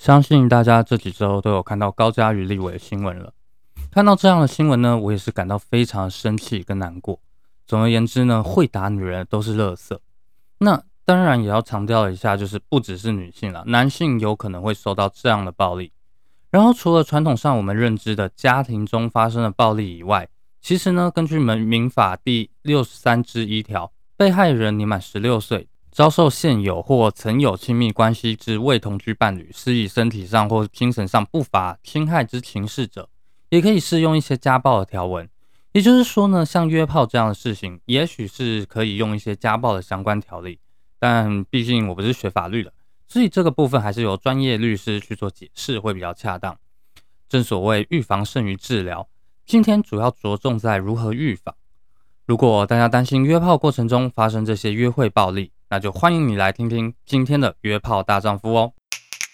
相信大家这几周都有看到高嘉瑜立委的新闻了。看到这样的新闻呢，我也是感到非常的生气跟难过。总而言之呢，会打女人的都是垃圾。那当然也要强调一下，就是不只是女性啦，男性有可能会受到这样的暴力。然后除了传统上我们认知的家庭中发生的暴力以外，其实呢，根据民法第63之1条，被害人年满16岁，遭受现有或曾有亲密关系之未同居伴侣施以身体上或精神上不法侵害之情事者，也可以适用一些家暴的条文。也就是说呢，像约炮这样的事情，也许是可以用一些家暴的相关条例，但毕竟我不是学法律的，所以这个部分还是由专业律师去做解释会比较恰当。正所谓预防胜于治疗，今天主要着重在如何预防。如果大家担心约炮过程中发生这些约会暴力，那就欢迎你来听听今天的约炮大丈夫哦。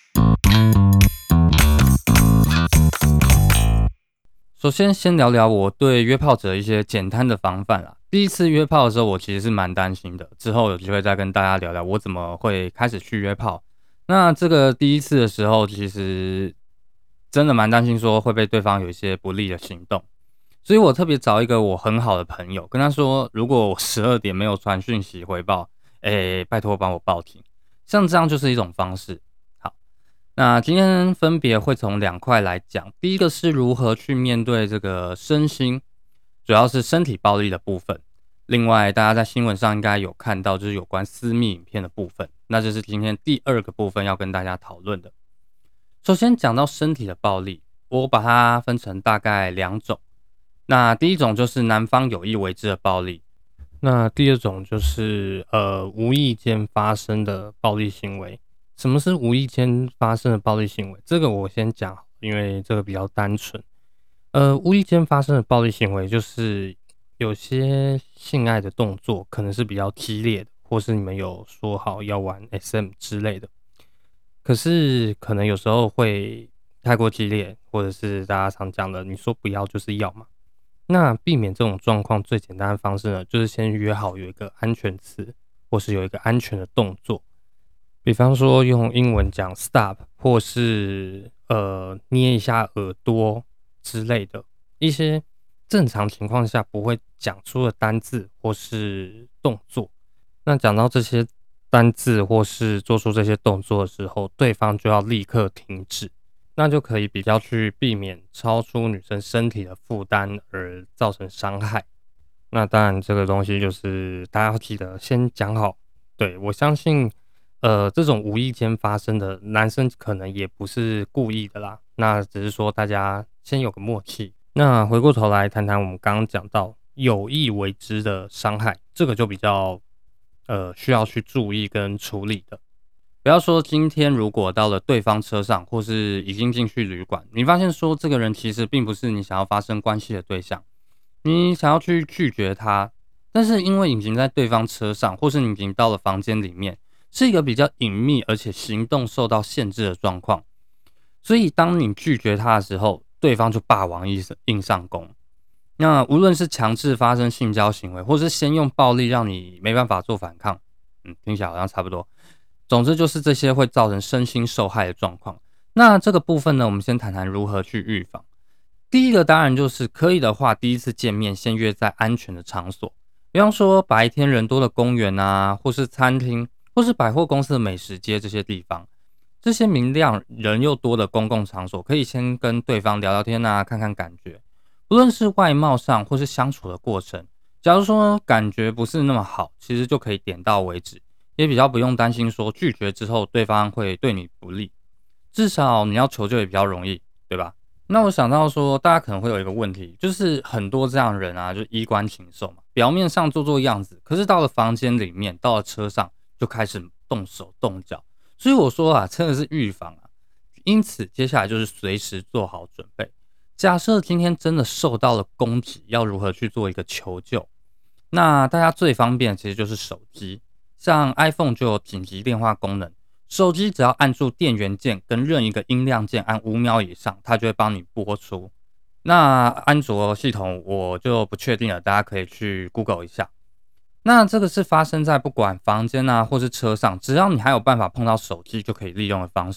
首先聊聊我对约炮者一些简单的防范啦。第一次约炮的时候，我其实是蛮担心的，之后有机会再跟大家聊聊我怎么会开始去约炮。那这个第一次的时候，其实真的蛮担心说会被对方有一些不利的行动，所以我特别找一个我很好的朋友，跟他说，如果我12点没有传讯息回报，拜托帮我报警，像这样就是一种方式。好，那今天分别会从2块来讲，第一个是如何去面对这个身心，主要是身体暴力的部分。另外，大家在新闻上应该有看到，就是有关私密影片的部分，那这是今天第2个部分要跟大家讨论的。首先讲到身体的暴力，我把它分成大概2种。那第一种就是男方有意为之的暴力，那第二种就是无意间发生的暴力行为。什么是无意间发生的暴力行为？这个我先讲，因为这个比较单纯。无意间发生的暴力行为就是有些性爱的动作可能是比较激烈的，或是你们有说好要玩 SM 之类的，可是可能有时候会太过激烈，或者是大家常讲的你说不要就是要嘛。那避免这种状况最简单的方式呢，就是先约好有一个安全词，或是有一个安全的动作。比方说用英文讲 stop， 或是捏一下耳朵之类的一些正常情况下不会讲出的单字或是动作。那讲到这些单字或是做出这些动作的时候，对方就要立刻停止，那就可以比较去避免超出女生身体的负担而造成伤害。那当然这个东西就是大家要记得先讲好。对，我相信这种无意间发生的，男生可能也不是故意的啦，那只是说大家先有个默契。那回过头来谈谈我们刚刚讲到有意为之的伤害，这个就比较需要去注意跟处理的。不要说今天如果到了对方车上，或是已经进去旅馆，你发现说这个人其实并不是你想要发生关系的对象，你想要去拒绝他，但是因为已经在对方车上，或是你已经到了房间里面，是一个比较隐秘而且行动受到限制的状况，所以当你拒绝他的时候，对方就霸王硬上弓。那无论是强制发生性交行为，或是先用暴力让你没办法做反抗，听起来好像差不多。总之就是这些会造成身心受害的状况。那这个部分呢，我们先谈谈如何去预防。第一个当然就是可以的话，第一次见面先约在安全的场所，比方说白天人多的公园啊，或是餐厅，或是百货公司的美食街这些地方。这些明亮人又多的公共场所，可以先跟对方聊聊天啊，看看感觉。不论是外貌上或是相处的过程，假如说感觉不是那么好，其实就可以点到为止，也比较不用担心说拒绝之后对方会对你不利，至少你要求救也比较容易，对吧？那我想到说，大家可能会有一个问题，就是很多这样的人啊，就衣冠禽兽嘛，表面上做样子，可是到了房间里面，到了车上就开始动手动脚。所以我说啊，真的是预防啊。因此，接下来就是随时做好准备。假设今天真的受到了攻击，要如何去做一个求救？那大家最方便的其实就是手机，像 iPhone 就有紧急电话功能，手机只要按住电源键跟任一个音量键按5秒以上，它就会帮你播出。那安卓系统我就不确定了，大家可以去 Google 一下。那这个是发生在不管房间啊或是车上，只要你还有办法碰到手机就可以利用的方式。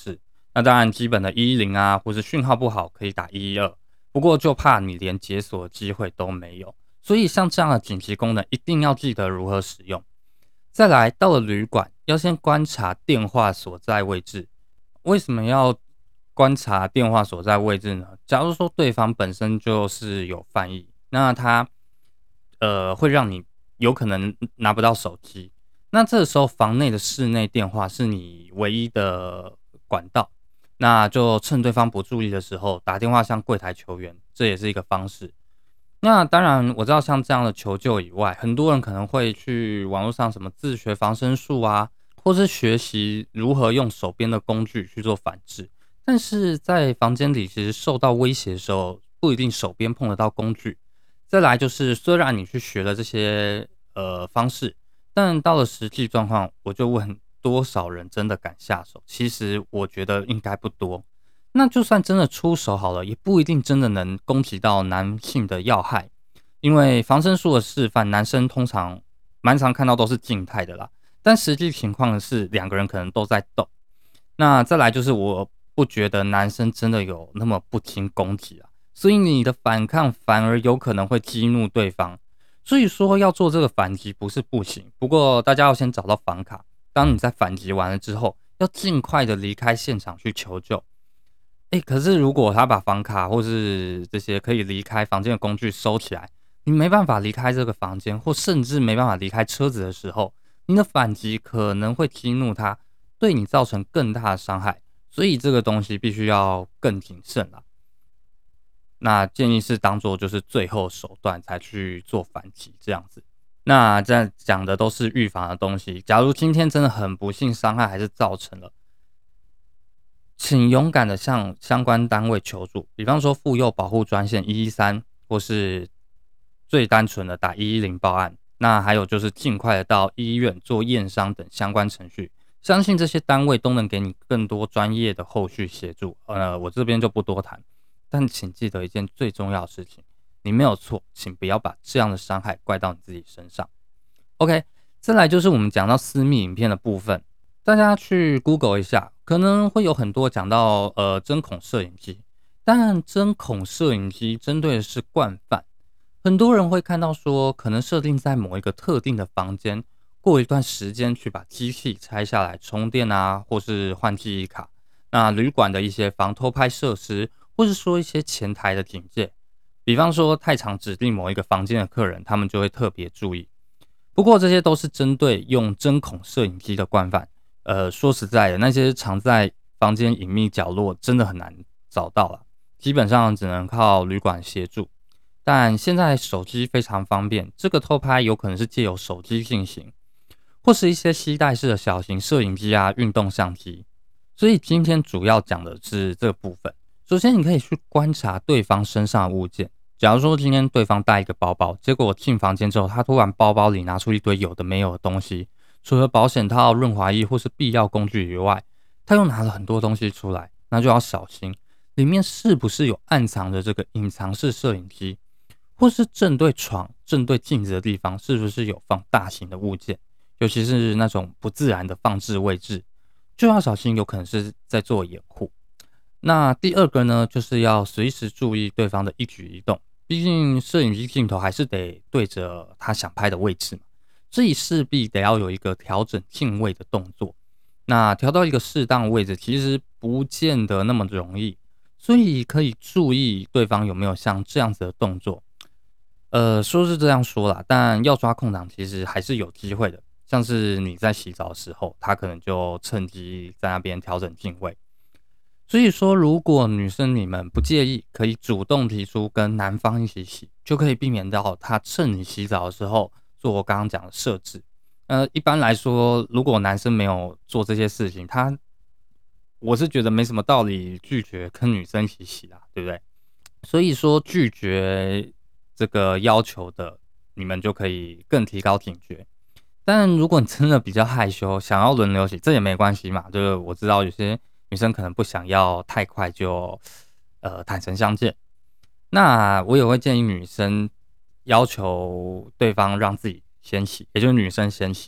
那当然基本的110啊，或是讯号不好可以打112，不过就怕你连解锁的机会都没有，所以像这样的紧急功能一定要记得如何使用。再来到了旅馆，要先观察电话所在位置。为什么要观察电话所在位置呢？假如说对方本身就是有翻译，那他会让你有可能拿不到手机。那这个时候房内的室内电话是你唯一的管道，那就趁对方不注意的时候打电话向柜台求援，这也是一个方式。那当然，我知道像这样的求救以外，很多人可能会去网络上什么自学防身术啊，或是学习如何用手边的工具去做反制。但是在房间里，其实受到威胁的时候，不一定手边碰得到工具。再来就是，虽然你去学了这些方式，但到了实际状况，我就问多少人真的敢下手？其实我觉得应该不多。那就算真的出手好了，也不一定真的能攻击到男性的要害，因为防身术的示范，男生通常蛮常看到都是静态的啦，但实际情况是两个人可能都在动。那再来就是我不觉得男生真的有那么不听攻击啊，所以你的反抗反而有可能会激怒对方。所以说要做这个反击不是不行，不过大家要先找到房卡，当你在反击完了之后，要尽快的离开现场去求救。可是如果他把房卡或是这些可以离开房间的工具收起来，你没办法离开这个房间，或甚至没办法离开车子的时候，你的反击可能会激怒他，对你造成更大的伤害。所以这个东西必须要更谨慎啦。那建议是当做就是最后手段才去做反击这样子。那这样讲的都是预防的东西。假如今天真的很不幸伤害还是造成了，请勇敢的向相关单位求助，比方说妇幼保护专线113，或是最单纯的打110报案。那还有就是尽快的到医院做验伤等相关程序，相信这些单位都能给你更多专业的后续协助。我这边就不多谈，但请记得一件最重要的事情，你没有错，请不要把这样的伤害怪到你自己身上。OK，再来就是我们讲到私密影片的部分，大家去 Google 一下，可能会有很多讲到针孔摄影机，但针孔摄影机针对的是惯犯，很多人会看到说，可能设定在某一个特定的房间，过一段时间去把机器拆下来充电啊，或是换记忆卡。那旅馆的一些防偷拍设施，或是说一些前台的警戒，比方说太常指定某一个房间的客人，他们就会特别注意。不过这些都是针对用针孔摄影机的惯犯。说实在的，那些藏在房间隐秘角落真的很难找到了，基本上只能靠旅馆协助。但现在手机非常方便，这个偷拍有可能是借由手机进行，或是一些携带式的小型摄影机啊、运动相机。所以今天主要讲的是这个部分。首先，你可以去观察对方身上的物件。假如说今天对方带一个包包，结果我进房间之后，他突然包包里拿出一堆有的没有的东西，除了保险套、润滑液或是必要工具以外，他又拿了很多东西出来，那就要小心，里面是不是有暗藏的这个隐藏式摄影机，或是正对床、正对镜子的地方是不是有放大型的物件，尤其是那种不自然的放置位置，就要小心，有可能是在做掩护。那第二个呢，就是要随时注意对方的一举一动，毕竟摄影机镜头还是得对着他想拍的位置嘛，所以势必得要有一个调整镜位的动作。那调到一个适当的位置，其实不见得那么容易，所以可以注意对方有没有像这样子的动作。说是这样说啦，但要抓空档其实还是有机会的。像是你在洗澡的时候，他可能就趁机在那边调整镜位。所以说，如果女生你们不介意，可以主动提出跟男方一起洗，就可以避免到他趁你洗澡的时候做我刚刚讲的设置。一般来说，如果男生没有做这些事情，我是觉得没什么道理拒绝跟女生一起洗啦，对不对？所以说拒绝这个要求的，你们就可以更提高警觉。但如果你真的比较害羞，想要轮流洗，这也没关系嘛。就是我知道有些女生可能不想要太快就坦诚相见，那我也会建议女生要求对方让自己先洗，也就是女生先洗，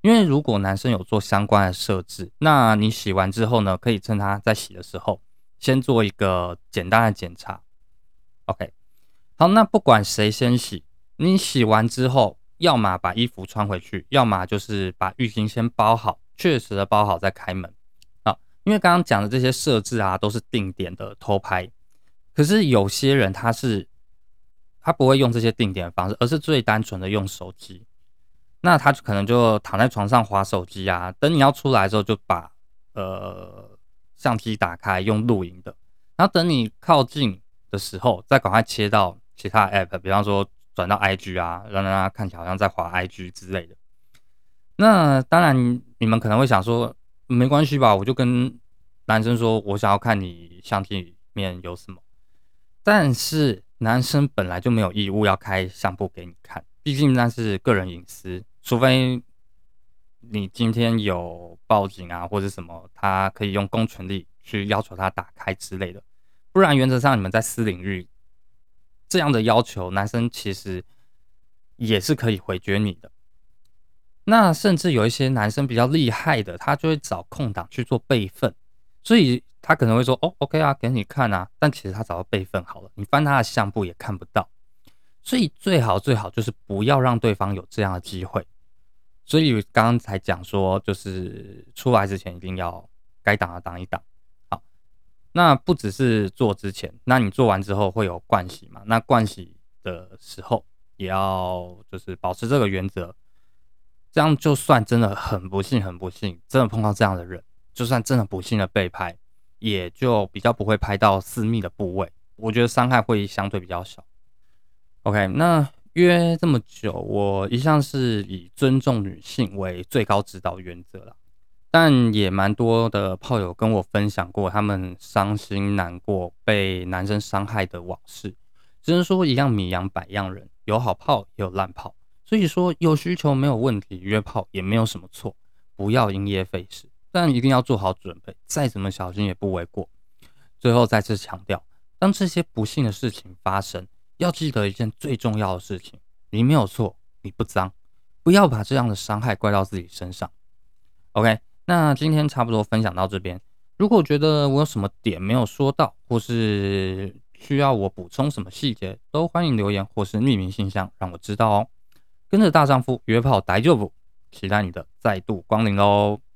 因为如果男生有做相关的设置，那你洗完之后呢，可以趁他在洗的时候，先做一个简单的检查。OK， 好，那不管谁先洗，你洗完之后，要么把衣服穿回去，要么就是把浴巾先包好，确实的包好再开门。啊，因为刚刚讲的这些设置啊，都是定点的偷拍，可是有些人他不会用这些定点的方式，而是最单纯的用手机。那他可能就躺在床上滑手机啊，等你要出来之后就把相机打开用录影的，然后等你靠近的时候再赶快切到其他 app， 比方说转到 IG 啊，让他看起来好像在滑 IG 之类的。那当然你们可能会想说没关系吧，我就跟男生说我想要看你相机里面有什么，但是男生本来就没有义务要开相簿给你看，毕竟那是个人隐私，除非你今天有报警啊或者什么，他可以用公权力去要求他打开之类的，不然原则上你们在私领域这样的要求，男生其实也是可以回绝你的。那甚至有一些男生比较厉害的，他就会找空档去做备份，所以他可能会说：“哦，OK 啊，给你看啊。”但其实他早就备份好了，你翻他的相簿也看不到。所以最好就是不要让对方有这样的机会。所以刚刚才讲说，就是出来之前一定要该挡的挡一挡。好，那不只是做之前，那你做完之后会有盥洗嘛？那盥洗的时候也要就是保持这个原则。这样就算真的很不幸，很不幸，真的碰到这样的人，就算真的不幸的被拍，也就比较不会拍到私密的部位，我觉得伤害会相对比较小。OK，那约这么久，我一向是以尊重女性为最高指导原则啦，但也蛮多的炮友跟我分享过他们伤心难过被男生伤害的往事，只能说一样米养百样人，有好炮也有烂炮。所以说有需求没有问题，约炮也没有什么错，不要因噎废食，但一定要做好准备，再怎么小心也不为过。最后再次强调，当这些不幸的事情发生，要记得一件最重要的事情：你没有错，你不脏，不要把这样的伤害怪到自己身上。OK，那今天差不多分享到这边。如果觉得我有什么点没有说到，或是需要我补充什么细节，都欢迎留言或是匿名信箱让我知道哦。跟着大丈夫约炮大丈夫，期待你的再度光临喽！